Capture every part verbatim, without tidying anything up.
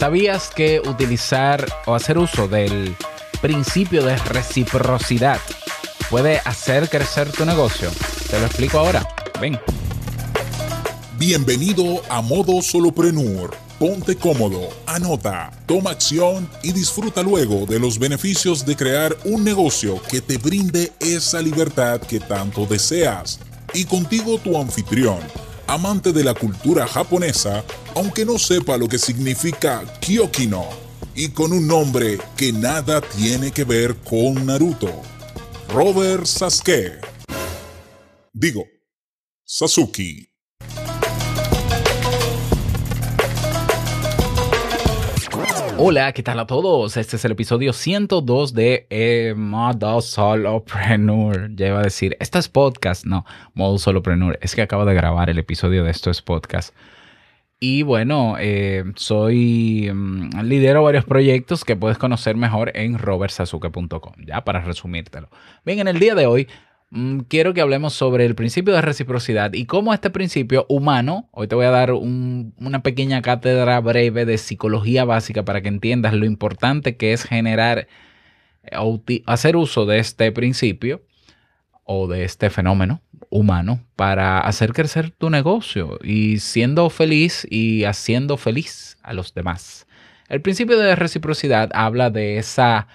¿Sabías que utilizar o hacer uso del principio de reciprocidad puede hacer crecer tu negocio? Te lo explico ahora. Ven. Bienvenido a Modo Solopreneur. Ponte cómodo, anota, toma acción y disfruta luego de los beneficios de crear un negocio que te brinde esa libertad que tanto deseas. Y contigo tu anfitrión, amante de la cultura japonesa, aunque no sepa lo que significa Kyokino, y con un nombre que nada tiene que ver con Naruto, Robert Sasuke. Digo, Sasuke. Hola, ¿qué tal a todos? Este es el episodio ciento dos de eh, Modo Solopreneur. Ya iba a decir, esto es podcast. No, Modo Solopreneur. Es que acabo de grabar el episodio de Esto es Podcast. Y bueno, eh, soy... Um, lidero varios proyectos que puedes conocer mejor en robert sasuke punto com. Ya, para resumírtelo. Bien, en el día de hoy quiero que hablemos sobre el principio de reciprocidad y cómo este principio humano, hoy te voy a dar un, una pequeña cátedra breve de psicología básica para que entiendas lo importante que es generar, hacer uso de este principio o de este fenómeno humano para hacer crecer tu negocio y siendo feliz y haciendo feliz a los demás. El principio de reciprocidad habla de esa,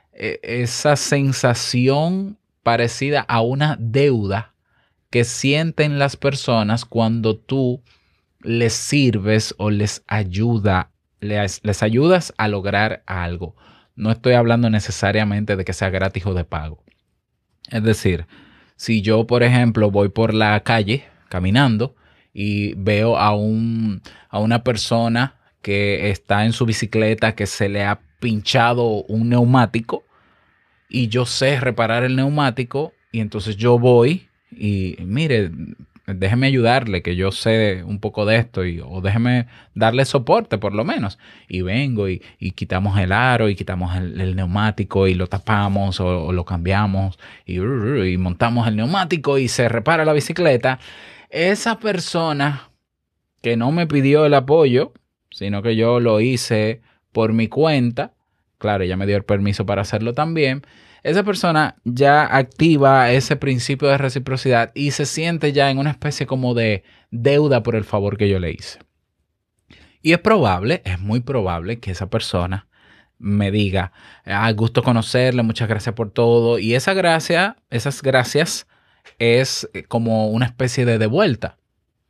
esa sensación parecida a una deuda que sienten las personas cuando tú les sirves o les ayuda, les, les ayudas a lograr algo. No estoy hablando necesariamente de que sea gratis o de pago. Es decir, si yo, por ejemplo, voy por la calle caminando y veo a, un, a una persona que está en su bicicleta que se le ha pinchado un neumático, y yo sé reparar el neumático, y entonces yo voy y mire, déjeme ayudarle, que yo sé un poco de esto, y, o déjeme darle soporte por lo menos. Y vengo y, y quitamos el aro y quitamos el, el neumático y lo tapamos o, o lo cambiamos y, y montamos el neumático y se repara la bicicleta. Esa persona que no me pidió el apoyo, sino que yo lo hice por mi cuenta, claro, ella me dio el permiso para hacerlo también. Esa persona ya activa ese principio de reciprocidad y se siente ya en una especie como de deuda por el favor que yo le hice. Y es probable, es muy probable que esa persona me diga, ah, gusto conocerle, muchas gracias por todo. Y esa gracia, esas gracias es como una especie de devuelta.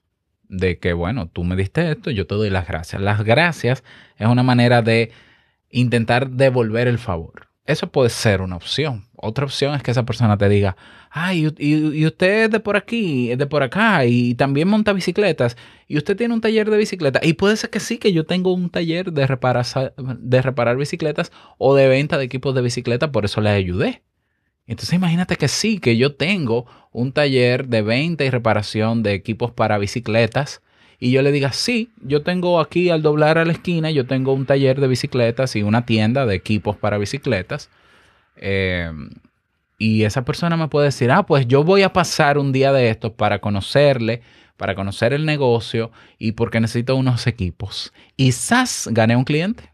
De que, bueno, tú me diste esto, yo te doy las gracias. Las gracias es una manera de intentar devolver el favor. Eso puede ser una opción. Otra opción es que esa persona te diga, ay, y, y usted es de por aquí, es de por acá, y también monta bicicletas, y usted tiene un taller de bicicletas. Y puede ser que sí, que yo tengo un taller de reparar, de reparar bicicletas o de venta de equipos de bicicleta, por eso le ayudé. Entonces imagínate que sí, que yo tengo un taller de venta y reparación de equipos para bicicletas, y yo le diga, sí, yo tengo aquí al doblar a la esquina, yo tengo un taller de bicicletas y una tienda de equipos para bicicletas. Eh, y esa persona me puede decir, ah, pues yo voy a pasar un día de estos para conocerle, para conocer el negocio y porque necesito unos equipos. Y ¡zas! Gané un cliente.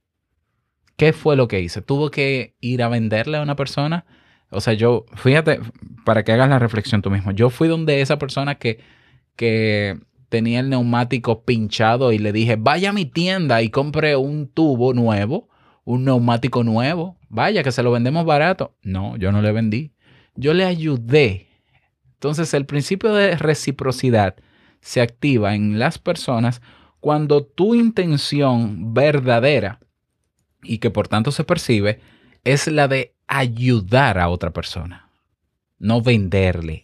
¿Qué fue lo que hice? ¿Tuvo que ir a venderle a una persona? O sea, yo, fíjate, para que hagas la reflexión tú mismo, yo fui donde esa persona que... que tenía el neumático pinchado y le dije, vaya a mi tienda y compre un tubo nuevo, un neumático nuevo. Vaya, que se lo vendemos barato. No, yo no le vendí. Yo le ayudé. Entonces, el principio de reciprocidad se activa en las personas cuando tu intención verdadera y que por tanto se percibe es la de ayudar a otra persona. No venderle,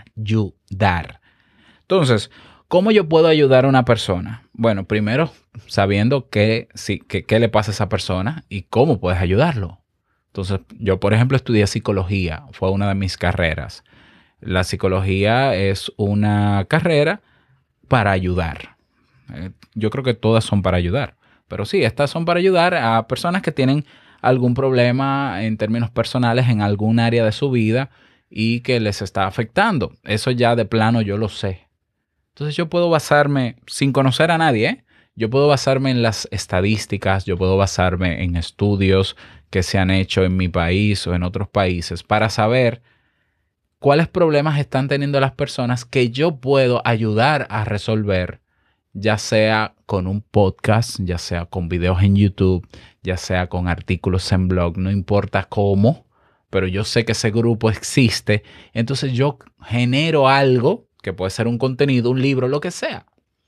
ayudar. Entonces, ¿cómo yo puedo ayudar a una persona? Bueno, primero sabiendo qué, sí, qué, qué le pasa a esa persona y cómo puedes ayudarlo. Entonces, yo, por ejemplo, estudié psicología. Fue una de mis carreras. La psicología es una carrera para ayudar. Eh, yo creo que todas son para ayudar. Pero sí, estas son para ayudar a personas que tienen algún problema en términos personales en algún área de su vida y que les está afectando. Eso ya de plano yo lo sé. Entonces yo puedo basarme, sin conocer a nadie, ¿eh? yo puedo basarme en las estadísticas, yo puedo basarme en estudios que se han hecho en mi país o en otros países para saber cuáles problemas están teniendo las personas que yo puedo ayudar a resolver, ya sea con un podcast, ya sea con videos en YouTube, ya sea con artículos en blog, no importa cómo, pero yo sé que ese grupo existe, entonces yo genero algo, que puede ser un contenido, un libro, lo que sea,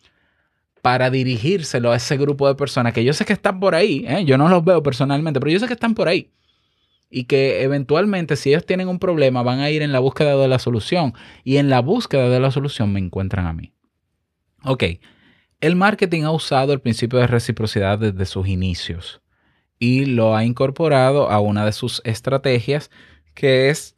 para dirigírselo a ese grupo de personas que yo sé que están por ahí, ¿eh? Yo no los veo personalmente, pero yo sé que están por ahí. Y que eventualmente, si ellos tienen un problema, van a ir en la búsqueda de la solución. Y en la búsqueda de la solución me encuentran a mí. Ok, el marketing ha usado el principio de reciprocidad desde sus inicios y lo ha incorporado a una de sus estrategias, que es,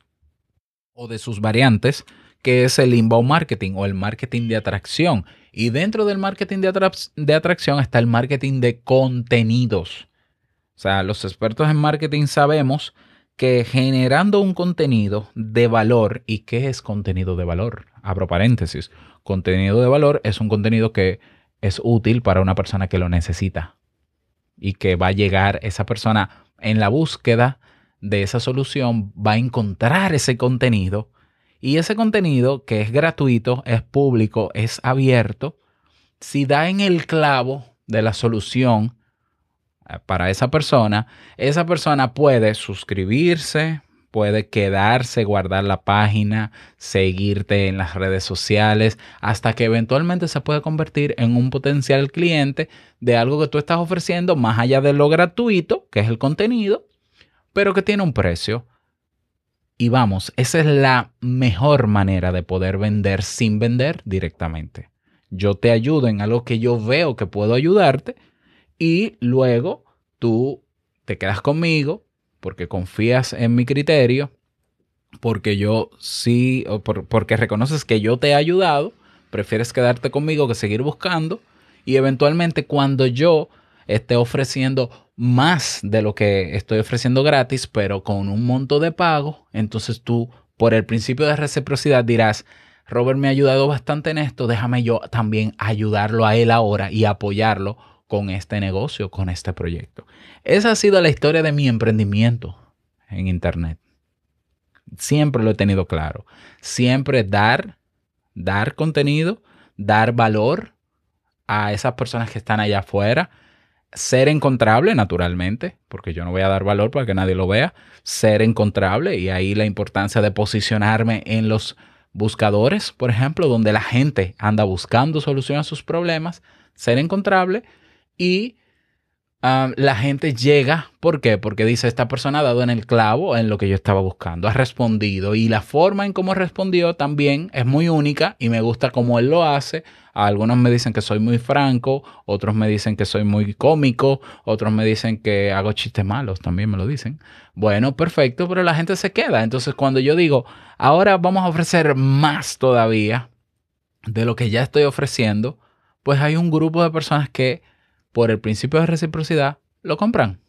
o de sus variantes, que es el inbound marketing o el marketing de atracción. Y dentro del marketing de, atra- de atracción está el marketing de contenidos. O sea, los expertos en marketing sabemos que generando un contenido de valor, ¿y qué es contenido de valor? Abro paréntesis. Contenido de valor es un contenido que es útil para una persona que lo necesita y que va a llegar esa persona en la búsqueda de esa solución, va a encontrar ese contenido y ese contenido que es gratuito, es público, es abierto, si da en el clavo de la solución para esa persona, esa persona puede suscribirse, puede quedarse, guardar la página, seguirte en las redes sociales, hasta que eventualmente se puede convertir en un potencial cliente de algo que tú estás ofreciendo más allá de lo gratuito, que es el contenido, pero que tiene un precio. Y vamos, esa es la mejor manera de poder vender sin vender directamente. Yo te ayudo en algo que yo veo que puedo ayudarte y luego tú te quedas conmigo porque confías en mi criterio, porque yo sí, o por, porque reconoces que yo te he ayudado, prefieres quedarte conmigo que seguir buscando y eventualmente cuando yo esté ofreciendo más de lo que estoy ofreciendo gratis, pero con un monto de pago, entonces tú, por el principio de reciprocidad, dirás, Robert me ha ayudado bastante en esto, déjame yo también ayudarlo a él ahora y apoyarlo con este negocio, con este proyecto. Esa ha sido la historia de mi emprendimiento en Internet. Siempre lo he tenido claro. Siempre dar, dar contenido, dar valor a esas personas que están allá afuera. Ser encontrable, naturalmente, porque yo no voy a dar valor para que nadie lo vea. Ser encontrable y ahí la importancia de posicionarme en los buscadores, por ejemplo, donde la gente anda buscando soluciones a sus problemas. Ser encontrable. Y um, la gente llega, ¿por qué? Porque dice, esta persona ha dado en el clavo en lo que yo estaba buscando, ha respondido y la forma en cómo respondió también es muy única y me gusta cómo él lo hace. Algunos me dicen que soy muy franco, otros me dicen que soy muy cómico, otros me dicen que hago chistes malos, también me lo dicen. Bueno, perfecto, pero la gente se queda. Entonces cuando yo digo, ahora vamos a ofrecer más todavía de lo que ya estoy ofreciendo, pues hay un grupo de personas que por el principio de reciprocidad, lo compran.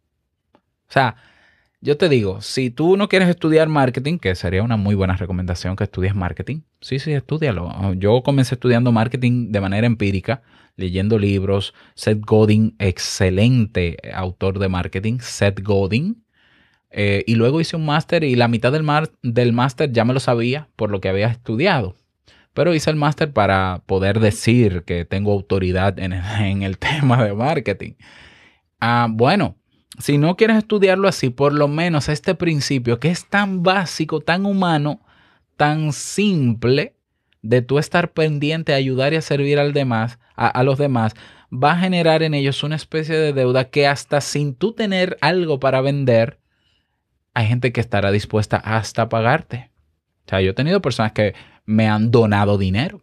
O sea, yo te digo, si tú no quieres estudiar marketing, que sería una muy buena recomendación que estudies marketing, sí, sí, estúdialo. Yo comencé estudiando marketing de manera empírica, leyendo libros. Seth Godin, excelente autor de marketing, Seth Godin. Eh, y luego hice un máster y la mitad del, mar, del máster ya me lo sabía por lo que había estudiado. Pero hice el máster para poder decir que tengo autoridad en el, en el tema de marketing. Ah, bueno, si no quieres estudiarlo así, por lo menos este principio que es tan básico, tan humano, tan simple, de tú estar pendiente a ayudar y a servir al demás, a, a los demás, va a generar en ellos una especie de deuda que hasta sin tú tener algo para vender, hay gente que estará dispuesta hasta pagarte. O sea, yo he tenido personas que me han donado dinero.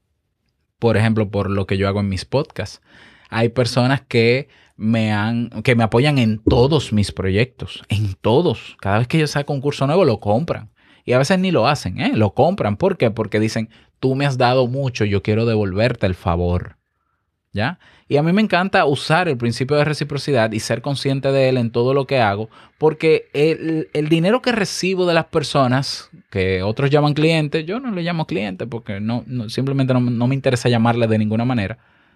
Por ejemplo, por lo que yo hago en mis podcasts. Hay personas que me han, que me apoyan en todos mis proyectos. En todos. Cada vez que yo saco un curso nuevo, lo compran. Y a veces ni lo hacen, ¿eh? Lo compran. ¿Por qué? Porque dicen, tú me has dado mucho, yo quiero devolverte el favor. ¿Ya? Y a mí me encanta usar el principio de reciprocidad y ser consciente de él en todo lo que hago, porque el, el dinero que recibo de las personas, que otros llaman clientes, yo no le llamo cliente porque no, no, simplemente no, no me interesa llamarle de ninguna manera.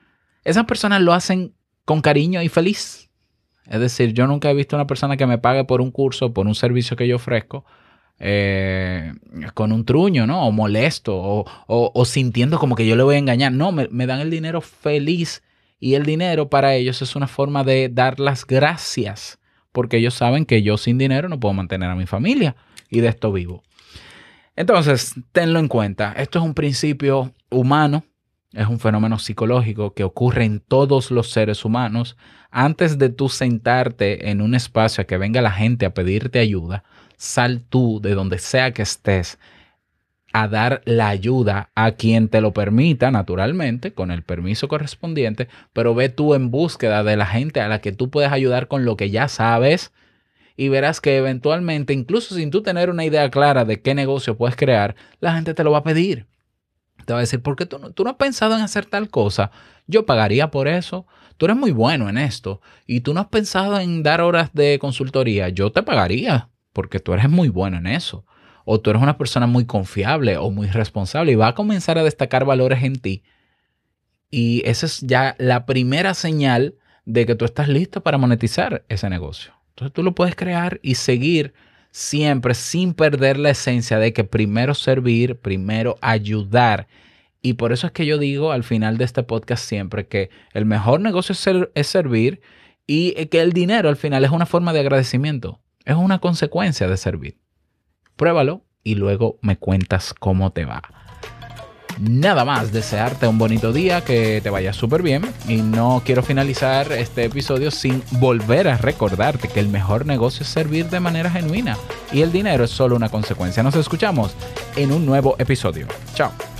esas personas lo hacen con cariño y feliz. Es decir, yo nunca he visto una persona que me pague por un curso, por un servicio que yo ofrezco, eh, con un truño, ¿no? O molesto, o, o, o sintiendo como que yo le voy a engañar. No, me, me dan el dinero feliz. Y el dinero para ellos es una forma de dar las gracias, porque ellos saben que yo sin dinero no puedo mantener a mi familia y de esto vivo. Entonces, tenlo en cuenta. Esto es un principio humano, es un fenómeno psicológico que ocurre en todos los seres humanos. Antes de tú sentarte en un espacio a que venga la gente a pedirte ayuda, sal tú de donde sea que estés a dar la ayuda a quien te lo permita, naturalmente, con el permiso correspondiente, pero ve tú en búsqueda de la gente a la que tú puedes ayudar con lo que ya sabes y verás que eventualmente, incluso sin tú tener una idea clara de qué negocio puedes crear, la gente te lo va a pedir. Te va a decir, ¿por qué tú no, tú no has pensado en hacer tal cosa? Yo pagaría por eso. Tú eres muy bueno en esto y tú no has pensado en dar horas de consultoría. Yo te pagaría porque tú eres muy bueno en eso. O tú eres una persona muy confiable o muy responsable y va a comenzar a destacar valores en ti. Y esa es ya la primera señal de que tú estás listo para monetizar ese negocio. Entonces tú lo puedes crear y seguir siempre sin perder la esencia de que primero servir, primero ayudar. Y por eso es que yo digo al final de este podcast siempre que el mejor negocio es, ser, es servir y que el dinero al final es una forma de agradecimiento. Es una consecuencia de servir. Pruébalo y luego me cuentas cómo te va. Nada más, desearte un bonito día, que te vaya súper bien. Y no quiero finalizar este episodio sin volver a recordarte que el mejor negocio es servir de manera genuina y el dinero es solo una consecuencia. Nos escuchamos en un nuevo episodio. Chao.